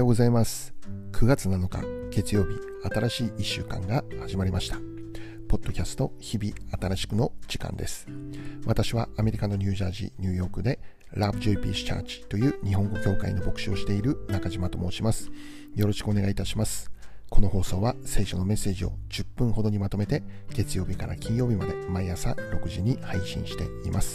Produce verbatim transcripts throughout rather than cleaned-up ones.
ございます。くがつなのか月曜日、新しいいっしゅうかんが始まりました。ポッドキャスト日々新しくの時間です。私はアメリカのニュージャージー、ニューヨークで Love Joy Peace Church という日本語教会の牧師をしている中島と申します。よろしくお願いいたします。この放送は聖書のメッセージをじゅっぷんほどにまとめて月曜日から金曜日まで毎朝ろくじに配信しています。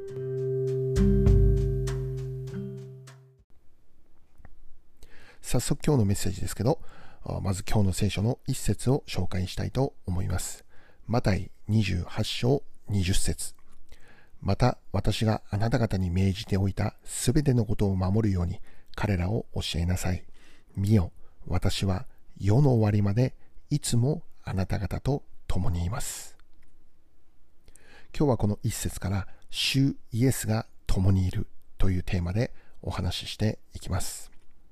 早速今日のメッセージですけど、まず今日の聖書の一節を紹介したいと思います。マタイにじゅうはちしょうにじゅっせつ。また私があなた方に命じておいたすべてのことを守るように彼らを教えなさい。見よ、私は世の終わりまでいつもあなた方と共にいます。今日はこの一節から主イエスが共にいるというテーマでお話ししていきます。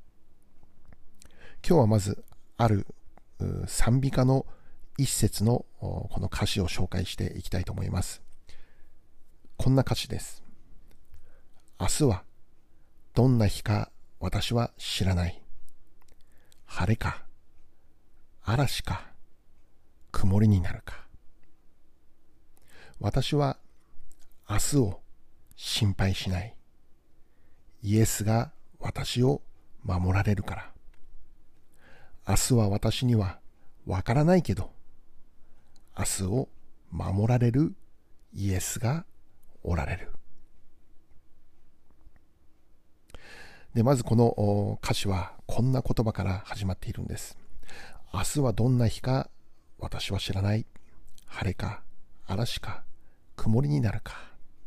今日はまずある賛美歌の一節のこの歌詞を紹介していきたいと思います。こんな歌詞です。明日はどんな日か私は知らない。晴れか嵐か曇りになるか。私は明日を心配しない。イエスが私を守られるから。明日は私にはわからないけど、明日を守られるイエスがおられる。で、まずこの歌詞はこんな言葉から始まっているんです。明日はどんな日か私は知らない。晴れか嵐か曇りになるか。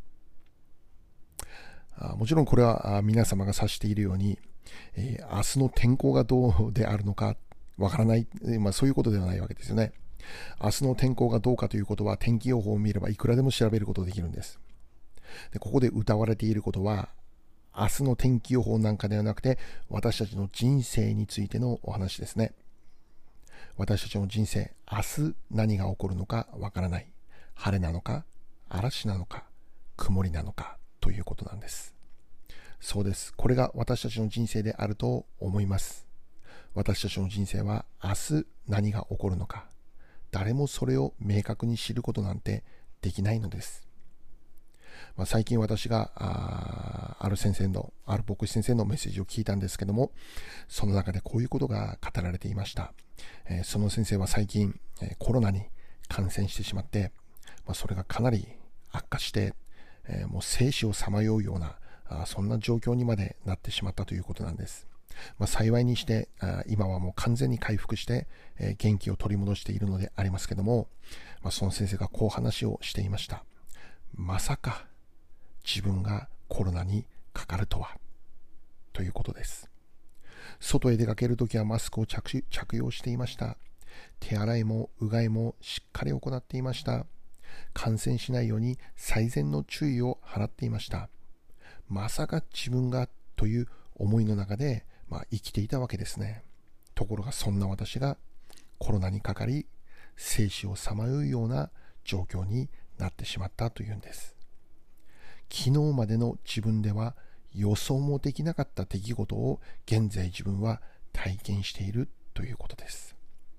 もちろんこれは皆様が指しているように、えー、明日の天候がどうであるのかわからない、まあ、そういうことではないわけですよね。明日の天候がどうかということは天気予報を見ればいくらでも調べることができるんです。で、ここで歌われていることは明日の天気予報なんかではなくて私たちの人生についてのお話ですね。私たちの人生、明日何が起こるのかわからない。晴れなのか嵐なのか曇りなのかということなんです。そうです。これが私たちの人生であると思います。私たちの人生は明日何が起こるのか、誰もそれを明確に知ることなんてできないのです。まあ、最近私が あ, ある先生の、ある牧師先生のメッセージを聞いたんですけども、その中でこういうことが語られていました。えー、その先生は最近、えー、コロナに感染してしまって、まあ、それがかなり悪化して、えー、もう生死をさまようようなあそんな状況にまでなってしまったということなんです。まあ、幸いにしてあ今はもう完全に回復して、えー、元気を取り戻しているのでありますけども、まあ、その先生がこう話をしていました。まさか自分がコロナにかかるとはということです。外へ出かけるときはマスクを 着, 着用していました。手洗いもうがいもしっかり行っていました。感染しないように最善の注意を払っていました。まさか自分がという思いの中で、まあ、生きていたわけですね。ところがそんな私がコロナにかかり生死をさまようような状況になってしまったというんです。昨日までの自分では予想もできなかった出来事を現在自分は体験しているということです。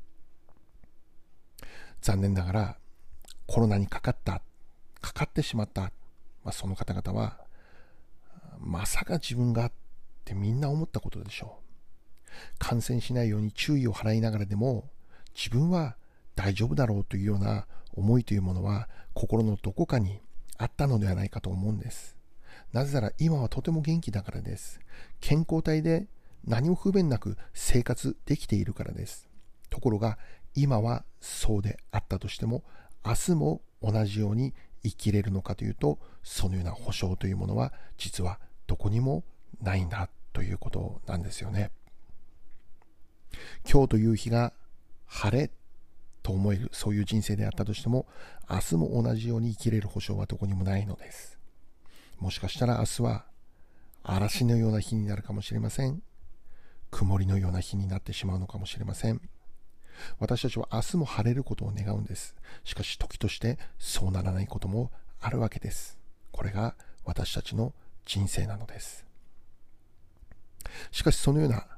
残念ながらコロナにかかったかかってしまった、まあ、その方々はまさか自分がってみんな思ったことでしょう。感染しないように注意を払いながらでも自分は大丈夫だろうというような思いというものは心のどこかにあったのではないかと思うんです。なぜなら今はとても元気だからです。健康体で何も不便なく生活できているからです。ところが今はそうであったとしても明日も同じように生きれるのかというと、そのような保証というものは実はどこにもないんだということなんですよね。今日という日が晴れと思える、そういう人生であったとしても明日も同じように生きれる保証はどこにもないのです。もしかしたら明日は嵐のような日になるかもしれません。曇りのような日になってしまうのかもしれません。私たちは明日も晴れることを願うんです。しかし時としてそうならないこともあるわけです。これが私たちの人生なのです。しかしそのような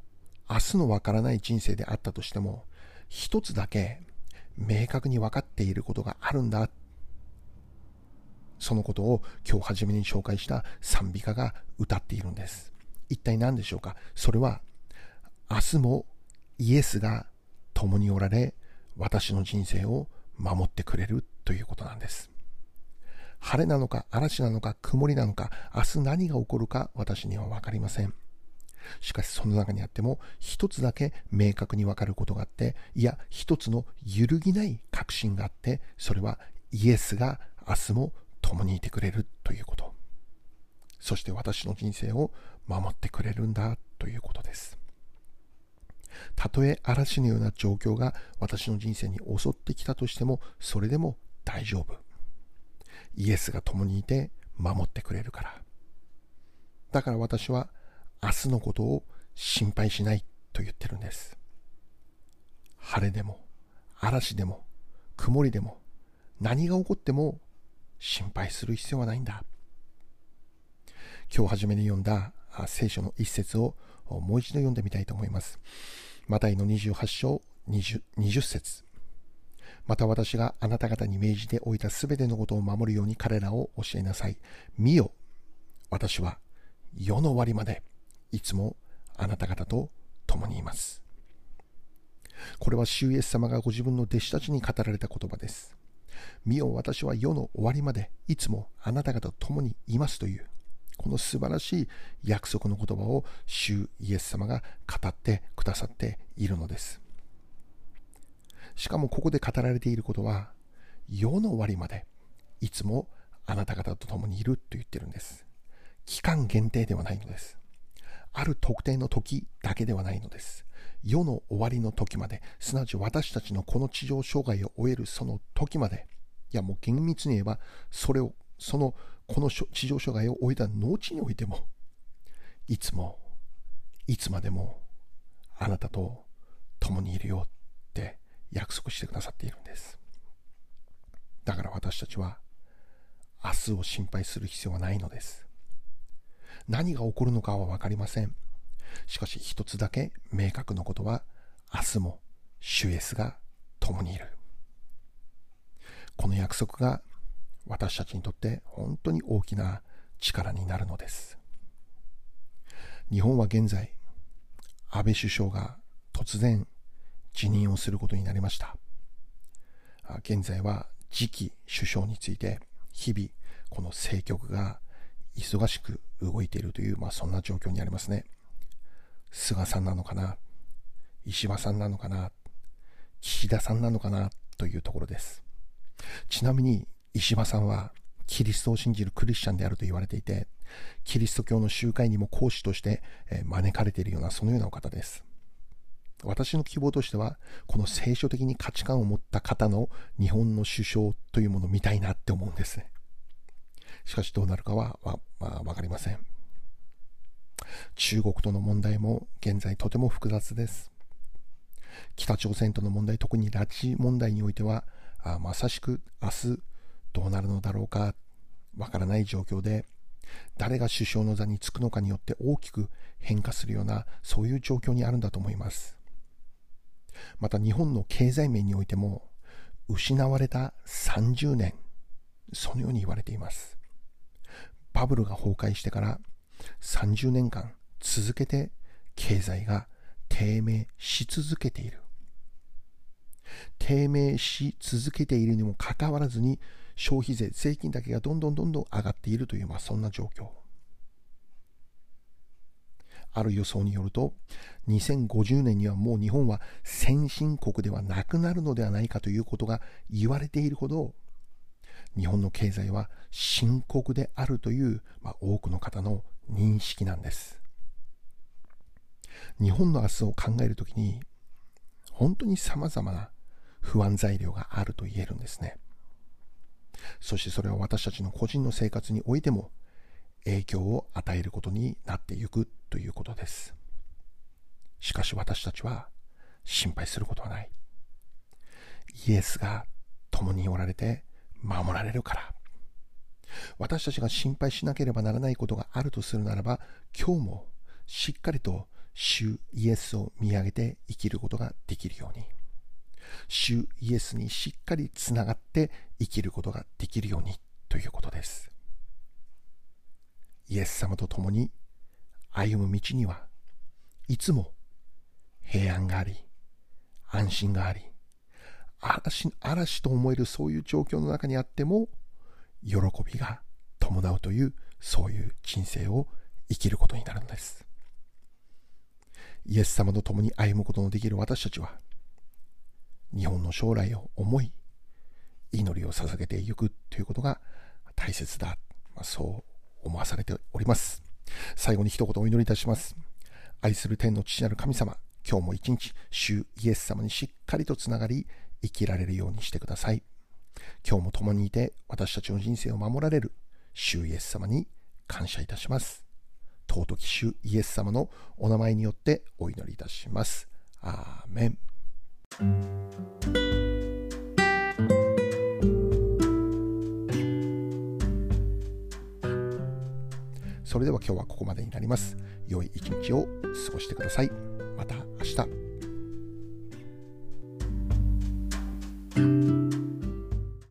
明日のわからない人生であったとしても、一つだけ明確に分かっていることがあるんだ。そのことを今日初めに紹介した賛美歌が歌っているんです。一体何でしょうか。それは、明日もイエスが共におられ、私の人生を守ってくれるということなんです。晴れなのか嵐なのか曇りなのか、明日何が起こるか私には分かりません。しかしその中にあっても一つだけ明確に分かることがあって、いや一つの揺るぎない確信があって、それはイエスが明日も共にいてくれるということ。そして私の人生を守ってくれるんだということです。たとえ嵐のような状況が私の人生に襲ってきたとしても、それでも大丈夫。イエスが共にいて守ってくれるから。だから私は明日のことを心配しないと言ってるんです。晴れでも嵐でも曇りでも何が起こっても心配する必要はないんだ。今日初めに読んだ聖書の一節をもう一度読んでみたいと思います。マタイのにじゅうはち章にじゅう節。また私があなた方に命じておいたすべてのことを守るように彼らを教えなさい。見よ、私は世の終わりまでいつもあなた方と共にいます。これは主イエス様がご自分の弟子たちに語られた言葉です。見よ、私は世の終わりまでいつもあなた方と共にいますという、この素晴らしい約束の言葉を主イエス様が語ってくださっているのです。しかもここで語られていることは、世の終わりまでいつもあなた方と共にいると言ってるんです。期間限定ではないのです。ある特定の時だけではないのです。世の終わりの時まで、すなわち私たちのこの地上生涯を終えるその時まで、いやもう厳密に言えば、それを、その、この地上生涯を終えた後においても、いつも、いつまでも、あなたと共にいるよって約束してくださっているんです。だから私たちは、明日を心配する必要はないのです。何が起こるのかは分かりません。しかし一つだけ明確なことは、明日も主イエスが共にいる。この約束が私たちにとって本当に大きな力になるのです。日本は現在、安倍首相が突然辞任をすることになりました。現在は次期首相について日々この政局が忙しく動いているという、まあ、そんな状況にありますね。菅さんなのかな、石破さんなのかな、岸田さんなのかなというところです。ちなみに石破さんはキリストを信じるクリスチャンであると言われていて、キリスト教の集会にも講師として招かれているような、そのようなお方です。私の希望としては、この聖書的に価値観を持った方の日本の首相というものを見たいなって思うんですね。しかしどうなるかはわ、まあ、わかりません。中国との問題も現在とても複雑です。北朝鮮との問題、特に拉致問題においては、あまさしく明日どうなるのだろうかわからない状況で、誰が首相の座につくのかによって大きく変化するような、そういう状況にあるんだと思います。また日本の経済面においても失われたさんじゅうねん、そのように言われています。バブルが崩壊してからさんじゅうねんかん続けて経済が低迷し続けている。低迷し続けているにもかかわらずに、消費税、税金だけがどんどんどんどん上がっているという、まあ、そんな状況。ある予想によると、にせんごじゅうねんにはもう日本は先進国ではなくなるのではないかということが言われているほど、日本の経済は深刻であるという、まあ、多くの方の認識なんです。日本の明日を考えるときに、本当に様々な不安材料があると言えるんですね。そしてそれは私たちの個人の生活においても影響を与えることになっていくということです。しかし私たちは心配することはない。イエスが共におられて守られるから。私たちが心配しなければならないことがあるとするならば、今日もしっかりと主イエスを見上げて生きることができるように、主イエスにしっかりつながって生きることができるようにということです。イエス様と共に歩む道にはいつも平安があり、安心があり、嵐、嵐と思えるそういう状況の中にあっても喜びが伴うという、そういう人生を生きることになるのです。イエス様と共に歩むことのできる私たちは、日本の将来を思い、祈りを捧げていくということが大切だ、まあ、そう思わされております。最後に一言お祈りいたします。愛する天の父なる神様、今日も一日、主イエス様にしっかりとつながり、生きられるようにしてください。今日も共にいて、私たちの人生を守られる主イエス様に感謝いたします。尊き主イエス様のお名前によってお祈りいたします。アーメン。それでは今日はここまでになります。良い一日を過ごしてください。また明日。